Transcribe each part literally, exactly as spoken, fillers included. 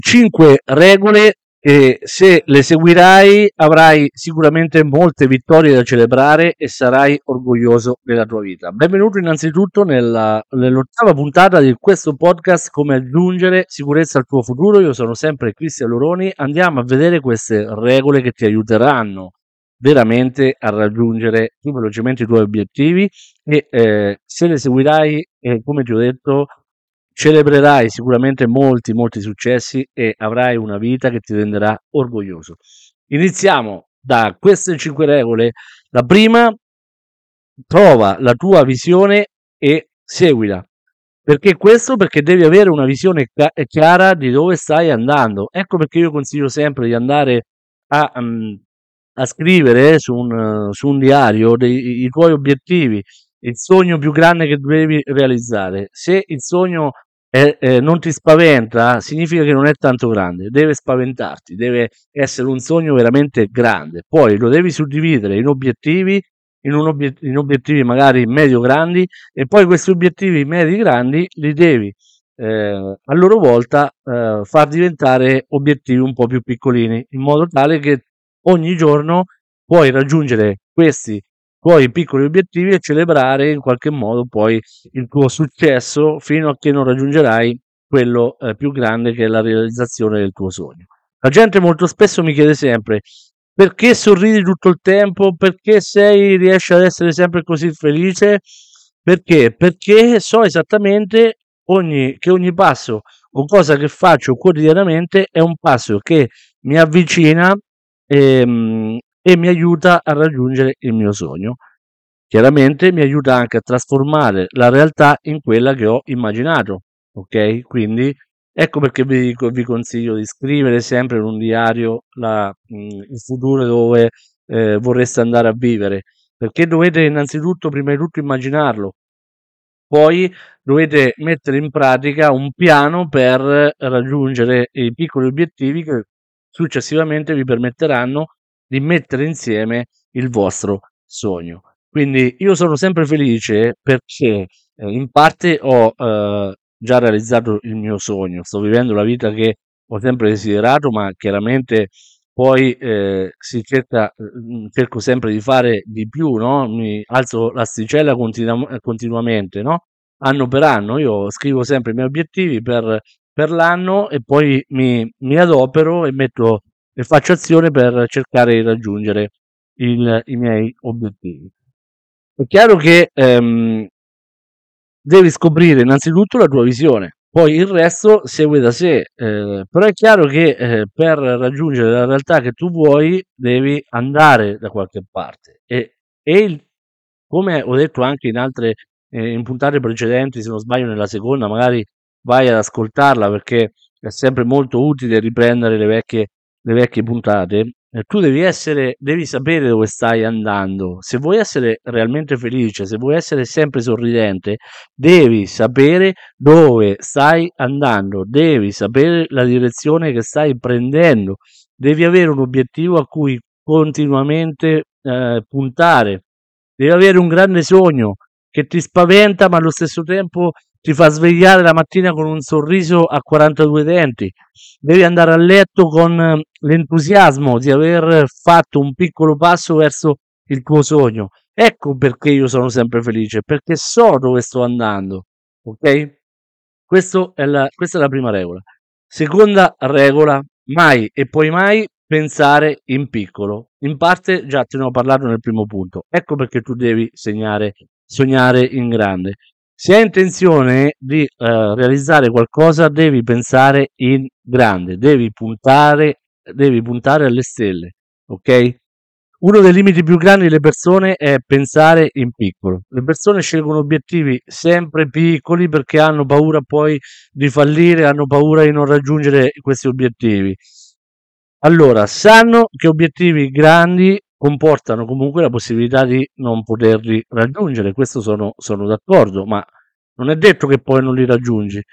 cinque regole e se le seguirai avrai sicuramente molte vittorie da celebrare e sarai orgoglioso della tua vita. Benvenuto innanzitutto nella, nell'ottava puntata di questo podcast, come aggiungere sicurezza al tuo futuro. Io sono sempre Cristian Loroni. Andiamo a vedere queste regole che ti aiuteranno veramente a raggiungere più velocemente i tuoi obiettivi e eh, se le seguirai, eh, come ti ho detto, celebrerai sicuramente molti molti successi e avrai una vita che ti renderà orgoglioso. Iniziamo da queste cinque regole. La prima: trova la tua visione e seguila. Perché questo? Perché devi avere una visione chiara di dove stai andando. Ecco perché io consiglio sempre di andare a, um, a scrivere su un, su un diario dei, i tuoi obiettivi, il sogno più grande che devi realizzare. Se il sogno è, eh, non ti spaventa, significa che non è tanto grande, deve spaventarti, deve essere un sogno veramente grande. Poi lo devi suddividere in obiettivi, in, un obiet- in obiettivi magari medio-grandi, e poi questi obiettivi medi-grandi li devi eh, a loro volta eh, far diventare obiettivi un po' più piccolini, in modo tale che ogni giorno puoi raggiungere questi tuoi piccoli obiettivi e celebrare in qualche modo poi il tuo successo fino a che non raggiungerai quello eh, più grande, che è la realizzazione del tuo sogno. La gente molto spesso mi chiede sempre: perché sorridi tutto il tempo? Perché sei, riesci ad essere sempre così felice? Perché? Perché so esattamente ogni, che ogni passo o cosa che faccio quotidianamente è un passo che mi avvicina e, e mi aiuta a raggiungere il mio sogno. Chiaramente mi aiuta anche a trasformare la realtà in quella che ho immaginato, ok? Quindi ecco perché vi, vi consiglio di scrivere sempre in un diario la, mh, il futuro dove eh, vorreste andare a vivere, perché dovete innanzitutto, prima di tutto, immaginarlo, poi dovete mettere in pratica un piano per raggiungere i piccoli obiettivi che successivamente vi permetteranno di mettere insieme il vostro sogno. Quindi io sono sempre felice perché eh, in parte ho eh, già realizzato il mio sogno, sto vivendo la vita che ho sempre desiderato, ma chiaramente poi eh, si cerca, eh, cerco sempre di fare di più, no? Mi alzo l'asticella continu- continuamente, no? Anno per anno, io scrivo sempre i miei obiettivi per, per l'anno e poi mi, mi adopero e metto e faccio azione per cercare di raggiungere il- i miei obiettivi. È chiaro che ehm, devi scoprire innanzitutto la tua visione, poi il resto segue da sé, eh, però è chiaro che eh, per raggiungere la realtà che tu vuoi devi andare da qualche parte e, e il- come ho detto anche in altre eh, in puntate precedenti, se non sbaglio nella seconda, magari vai ad ascoltarla perché è sempre molto utile riprendere le vecchie, le vecchie puntate. Eh, tu devi essere, devi sapere dove stai andando. Se vuoi essere realmente felice, se vuoi essere sempre sorridente, devi sapere dove stai andando, devi sapere la direzione che stai prendendo, devi avere un obiettivo a cui continuamente eh, puntare, devi avere un grande sogno che ti spaventa ma allo stesso tempo ti fa svegliare la mattina con un sorriso a quarantadue denti, devi andare a letto con eh, l'entusiasmo di aver fatto un piccolo passo verso il tuo sogno. Ecco perché io sono sempre felice, perché so dove sto andando, ok? Questo è la, questa è la prima regola. Seconda regola: mai e poi mai pensare in piccolo. In parte già te ne ho parlato nel primo punto. Ecco perché tu devi segnare, sognare in grande. Se hai intenzione di eh, realizzare qualcosa, devi pensare in grande, devi puntare, devi puntare alle stelle, ok? Uno dei limiti più grandi delle persone è pensare in piccolo. Le persone scelgono obiettivi sempre piccoli perché hanno paura poi di fallire, hanno paura di non raggiungere questi obiettivi. Allora, sanno che obiettivi grandi comportano comunque la possibilità di non poterli raggiungere, questo sono, sono d'accordo, ma non è detto che poi non li raggiungi.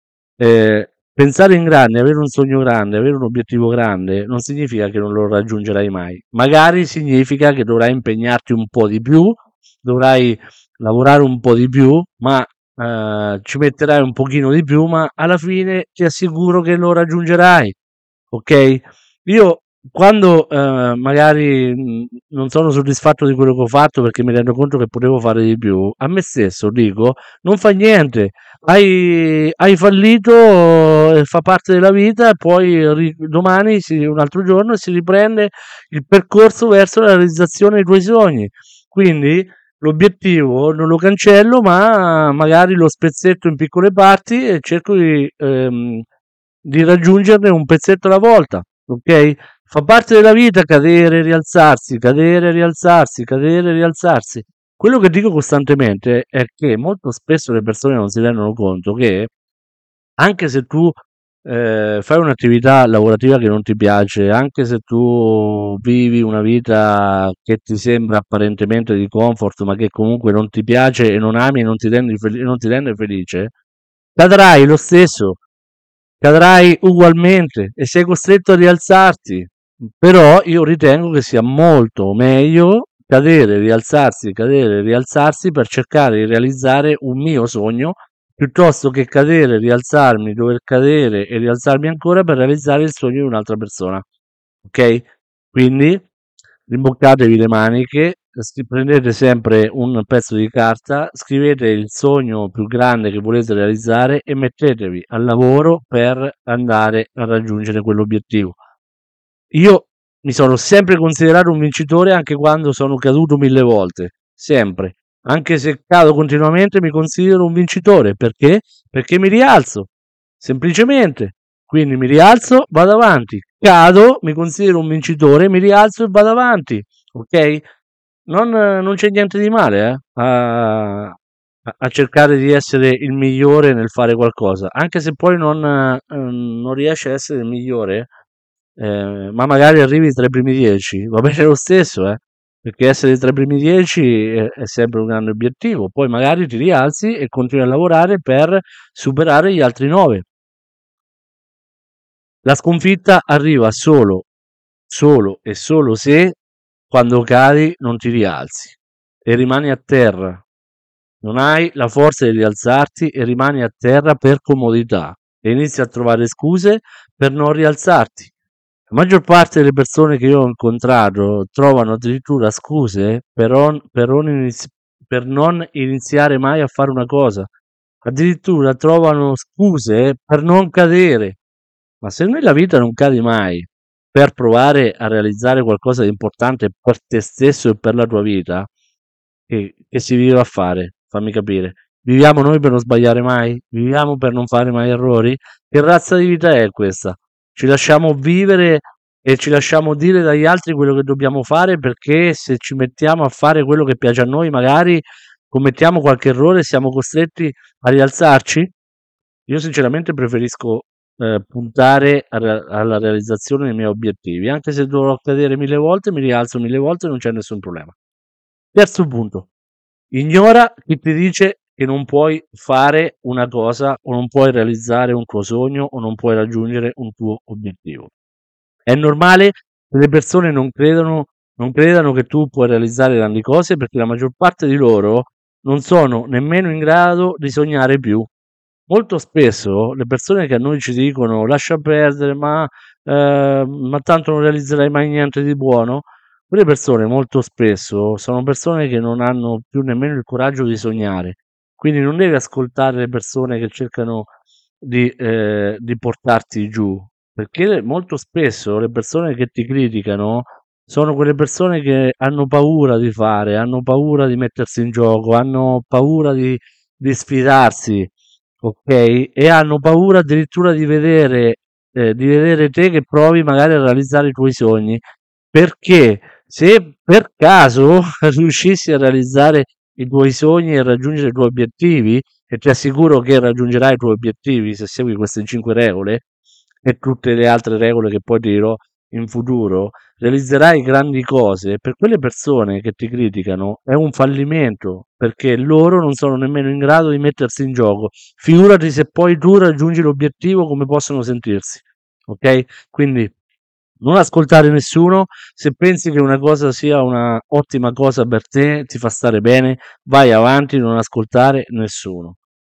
Eh, pensare in grande, avere un sogno grande, avere un obiettivo grande, non significa che non lo raggiungerai mai. Magari significa che dovrai impegnarti un po' di più, dovrai lavorare un po' di più, ma eh, ci metterai un pochino di più, ma alla fine ti assicuro che lo raggiungerai, ok? Io quando eh, magari mh, non sono soddisfatto di quello che ho fatto perché mi rendo conto che potevo fare di più, a me stesso dico, non fa niente, hai, hai fallito, eh, fa parte della vita, e poi ri- domani, si- un altro giorno, si riprende il percorso verso la realizzazione dei tuoi sogni. Quindi l'obiettivo non lo cancello, ma magari lo spezzetto in piccole parti e cerco di, ehm, di raggiungerne un pezzetto alla volta, ok? Fa parte della vita cadere, rialzarsi, cadere, rialzarsi, cadere, rialzarsi. Quello che dico costantemente è che molto spesso le persone non si rendono conto che anche se tu eh, fai un'attività lavorativa che non ti piace, anche se tu vivi una vita che ti sembra apparentemente di comfort, ma che comunque non ti piace e non ami e non ti rende, fel- non ti rende felice, cadrai lo stesso, cadrai ugualmente e sei costretto a rialzarti. Però io ritengo che sia molto meglio cadere, rialzarsi, cadere, rialzarsi per cercare di realizzare un mio sogno piuttosto che cadere, rialzarmi, dover cadere e rialzarmi ancora per realizzare il sogno di un'altra persona. Ok? Quindi rimboccatevi le maniche, scri- prendete sempre un pezzo di carta, scrivete il sogno più grande che volete realizzare e mettetevi al lavoro per andare a raggiungere quell'obiettivo. Io mi sono sempre considerato un vincitore anche quando sono caduto mille volte, sempre. Anche se cado continuamente mi considero un vincitore. Perché? Perché mi rialzo, semplicemente. Quindi mi rialzo, vado avanti. Cado, mi considero un vincitore, mi rialzo e vado avanti. Ok? Non, non c'è niente di male eh, a, a cercare di essere il migliore nel fare qualcosa, anche se poi non, eh, non riesci a essere il migliore, eh, ma magari arrivi tra i primi dieci, va bene lo stesso, eh, perché essere tra i primi dieci è, è sempre un grande obiettivo, poi magari ti rialzi e continui a lavorare per superare gli altri nove. La sconfitta arriva solo, solo e solo se quando cadi non ti rialzi e rimani a terra. Non hai la forza di rialzarti e rimani a terra per comodità e inizi a trovare scuse per non rialzarti. La maggior parte delle persone che io ho incontrato trovano addirittura scuse per, on- per non inizi- per non iniziare mai a fare una cosa. Addirittura trovano scuse per non cadere. Ma se nella vita non cadi mai per provare a realizzare qualcosa di importante per te stesso e per la tua vita, che, che si vive a fare? Fammi capire. Viviamo noi per non sbagliare mai? Viviamo per non fare mai errori? Che razza di vita è questa? Ci lasciamo vivere e ci lasciamo dire dagli altri quello che dobbiamo fare perché se ci mettiamo a fare quello che piace a noi, magari commettiamo qualche errore e siamo costretti a rialzarci? Io sinceramente preferisco eh, puntare a re- alla realizzazione dei miei obiettivi, anche se dovrò cadere mille volte, mi rialzo mille volte e non c'è nessun problema. Terzo punto, ignora chi ti dice che non puoi fare una cosa o non puoi realizzare un tuo sogno o non puoi raggiungere un tuo obiettivo. È normale che le persone non credano, non credano che tu puoi realizzare grandi cose perché la maggior parte di loro non sono nemmeno in grado di sognare più. Molto spesso le persone che a noi ci dicono lascia perdere, ma, eh, ma tanto non realizzerai mai niente di buono, quelle persone molto spesso sono persone che non hanno più nemmeno il coraggio di sognare. Quindi non devi ascoltare le persone che cercano di, eh, di portarti giù, perché le- molto spesso le persone che ti criticano sono quelle persone che hanno paura di fare, hanno paura di mettersi in gioco, hanno paura di, di sfidarsi, ok? E hanno paura addirittura di vedere, eh, di vedere te che provi magari a realizzare i tuoi sogni, perché se per caso riuscissi a realizzare i tuoi sogni e raggiungere i tuoi obiettivi, e ti assicuro che raggiungerai i tuoi obiettivi se segui queste cinque regole e tutte le altre regole che poi ti dirò in futuro, realizzerai grandi cose. Per quelle persone che ti criticano è un fallimento perché loro non sono nemmeno in grado di mettersi in gioco. Figurati se poi tu raggiungi l'obiettivo come possono sentirsi. Ok? Quindi non ascoltare nessuno, se pensi che una cosa sia una ottima cosa per te, ti fa stare bene, vai avanti, non ascoltare nessuno.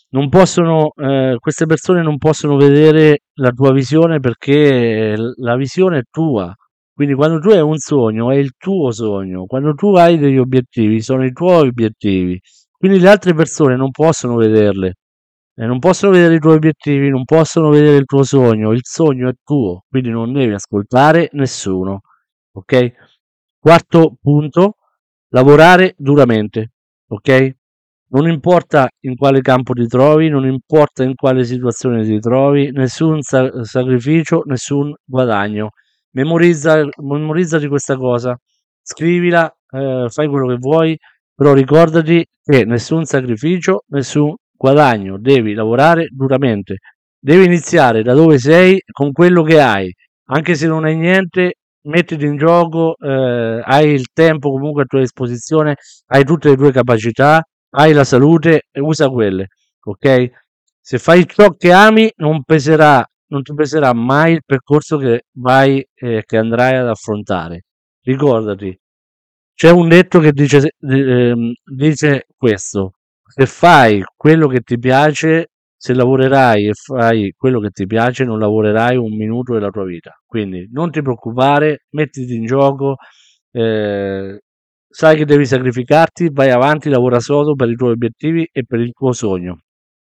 non possono, eh, queste persone non possono vedere la tua visione perché l- la visione è tua. Quindi quando tu hai un sogno, è il tuo sogno. Quando tu hai degli obiettivi, sono i tuoi obiettivi. Quindi le altre persone non possono vederle. E non possono vedere i tuoi obiettivi, non possono vedere il tuo sogno. Il sogno è tuo, quindi non devi ascoltare nessuno. Ok? Quarto punto, lavorare duramente. Ok? Non importa in quale campo ti trovi, non importa in quale situazione ti trovi, nessun sa- sacrificio, nessun guadagno. Memorizza, memorizzati questa cosa, scrivila, eh, fai quello che vuoi, però ricordati che nessun sacrificio, nessun guadagno, devi lavorare duramente, devi iniziare da dove sei con quello che hai, anche se non hai niente, mettiti in gioco, eh, hai il tempo comunque a tua disposizione, hai tutte le tue capacità, hai la salute e usa quelle, ok? Se fai ciò che ami, non peserà, non ti peserà mai il percorso che vai, eh, che andrai ad affrontare. Ricordati, c'è un detto che dice, se- ehm, dice questo: se fai quello che ti piace, se lavorerai e fai quello che ti piace, non lavorerai un minuto della tua vita. Quindi non ti preoccupare, mettiti in gioco, eh, sai che devi sacrificarti, vai avanti, lavora sodo per i tuoi obiettivi e per il tuo sogno.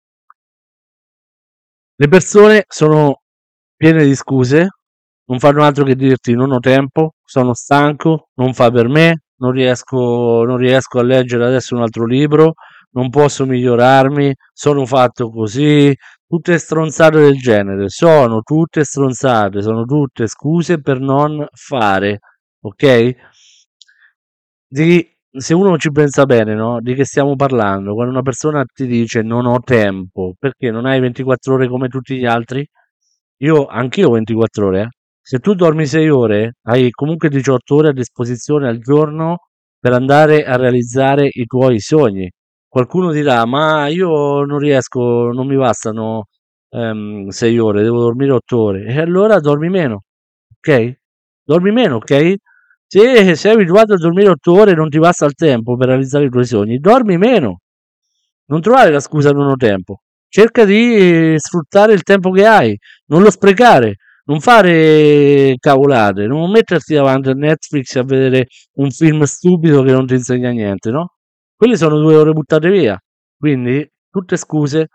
Le persone sono piene di scuse, non fanno altro che dirti non ho tempo, sono stanco, non fa per me, non riesco, non riesco a leggere adesso un altro libro, non posso migliorarmi, sono fatto così, tutte stronzate del genere, sono tutte stronzate, sono tutte scuse per non fare, ok? Di, se uno ci pensa bene, no? Di che stiamo parlando? Quando una persona ti dice non ho tempo, perché non hai ventiquattro ore come tutti gli altri? Io, anch'io ho ventiquattro ore, eh. Se tu dormi sei ore, hai comunque diciotto ore a disposizione al giorno per andare a realizzare i tuoi sogni. Qualcuno dirà, ma io non riesco, non mi bastano ehm, sei ore, devo dormire otto ore. E allora dormi meno, ok? Dormi meno, ok? Se sei abituato a dormire otto ore e non ti basta il tempo per realizzare i tuoi sogni, dormi meno. Non trovare la scusa non ho tempo. Cerca di sfruttare il tempo che hai, non lo sprecare, non fare cavolate, non metterti davanti a Netflix a vedere un film stupido che non ti insegna niente, no? Quelle sono due ore buttate via. Quindi, tutte scuse.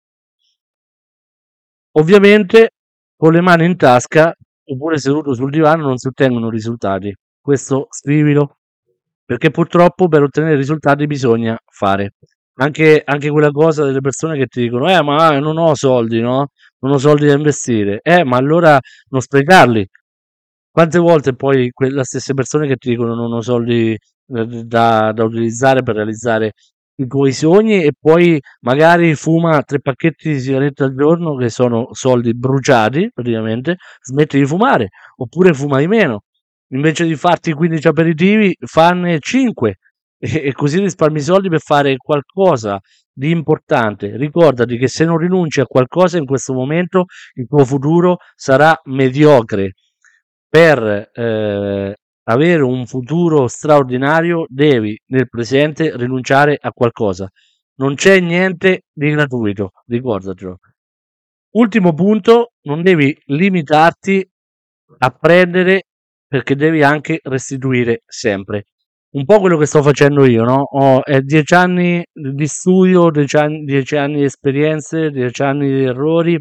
Ovviamente, con le mani in tasca oppure seduto sul divano non si ottengono risultati. Questo scrivilo, perché purtroppo per ottenere risultati bisogna fare. Anche, anche quella cosa delle persone che ti dicono, eh, ma non ho soldi, no? Non ho soldi da investire. Eh, ma allora non sprecarli. Quante volte poi quelle stesse persone che ti dicono non ho soldi eh, da, da utilizzare per realizzare i tuoi sogni e poi magari fuma tre pacchetti di sigarette al giorno che sono soldi bruciati praticamente, smetti di fumare oppure fuma di meno. Invece di farti quindici aperitivi, fanne cinque e, e così risparmi soldi per fare qualcosa di importante. Ricordati che se non rinunci a qualcosa in questo momento, il tuo futuro sarà mediocre. Per eh, avere un futuro straordinario, devi nel presente rinunciare a qualcosa. Non c'è niente di gratuito, ricordatelo. Ultimo punto, non devi limitarti a prendere perché devi anche restituire sempre. Un po' quello che sto facendo io, no? Ho eh, dieci anni di studio, dieci anni, dieci anni di esperienze, dieci anni di errori,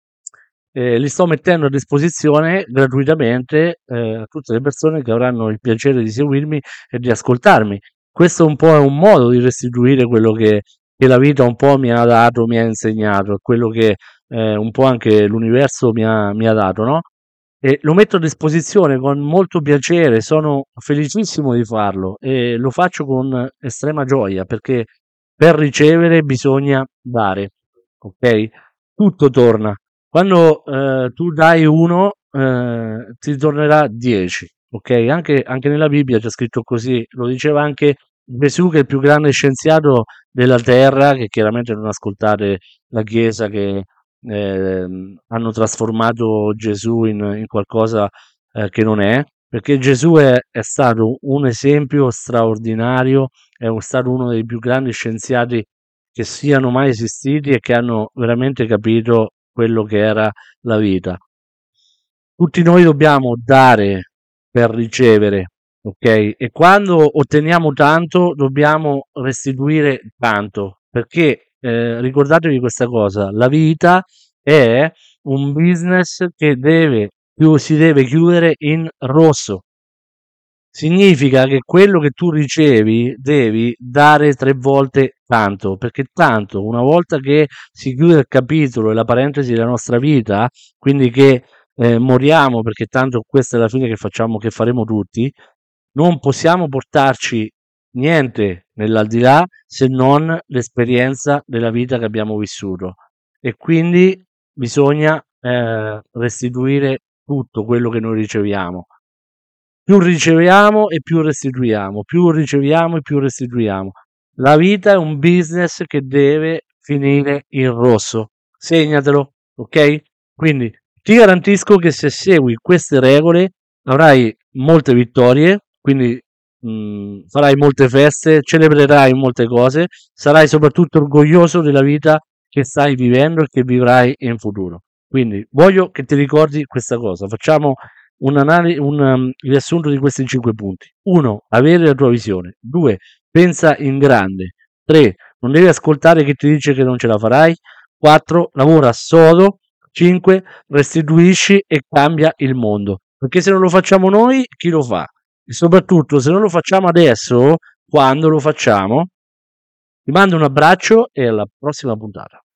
eh, li sto mettendo a disposizione gratuitamente eh, a tutte le persone che avranno il piacere di seguirmi e di ascoltarmi. Questo un po' è un modo di restituire quello che, che la vita un po' mi ha dato, mi ha insegnato, quello che eh, un po' anche l'universo mi ha, mi ha dato, no? E lo metto a disposizione con molto piacere, sono felicissimo di farlo e lo faccio con estrema gioia perché per ricevere bisogna dare, ok? Tutto torna. Quando eh, tu dai uno, eh, ti tornerà dieci, ok? Anche, anche nella Bibbia c'è scritto così, lo diceva anche Gesù che è il più grande scienziato della terra, che chiaramente non ascoltate la Chiesa che ehm, hanno trasformato Gesù in, in qualcosa eh, che non è, perché Gesù è, è stato un esempio straordinario, è stato uno dei più grandi scienziati che siano mai esistiti e che hanno veramente capito quello che era la vita. Tutti noi dobbiamo dare per ricevere, ok? E quando otteniamo tanto dobbiamo restituire tanto, perché eh, ricordatevi questa cosa, la vita è un business che deve, più, si deve chiudere in rosso. Significa che quello che tu ricevi devi dare tre volte tanto, perché tanto una volta che si chiude il capitolo e la parentesi della nostra vita, quindi che eh, moriamo, perché tanto questa è la fine che facciamo, che faremo tutti, non possiamo portarci niente nell'aldilà se non l'esperienza della vita che abbiamo vissuto. E quindi bisogna eh, restituire tutto quello che noi riceviamo. Più riceviamo e più restituiamo, più riceviamo e più restituiamo. La vita è un business che deve finire in rosso. Segnatelo, ok? Quindi ti garantisco che se segui queste regole avrai molte vittorie, quindi mh, farai molte feste, celebrerai molte cose, sarai soprattutto orgoglioso della vita che stai vivendo e che vivrai in futuro. Quindi voglio che ti ricordi questa cosa. Facciamo un, anali- un um, riassunto di questi cinque punti. uno. Avere la tua visione. due. Pensa in grande. tre. Non devi ascoltare chi ti dice che non ce la farai. quattro. Lavora sodo. cinque. Restituisci e cambia il mondo. Perché se non lo facciamo noi, chi lo fa? E soprattutto, se non lo facciamo adesso, quando lo facciamo? Ti mando un abbraccio e alla prossima puntata.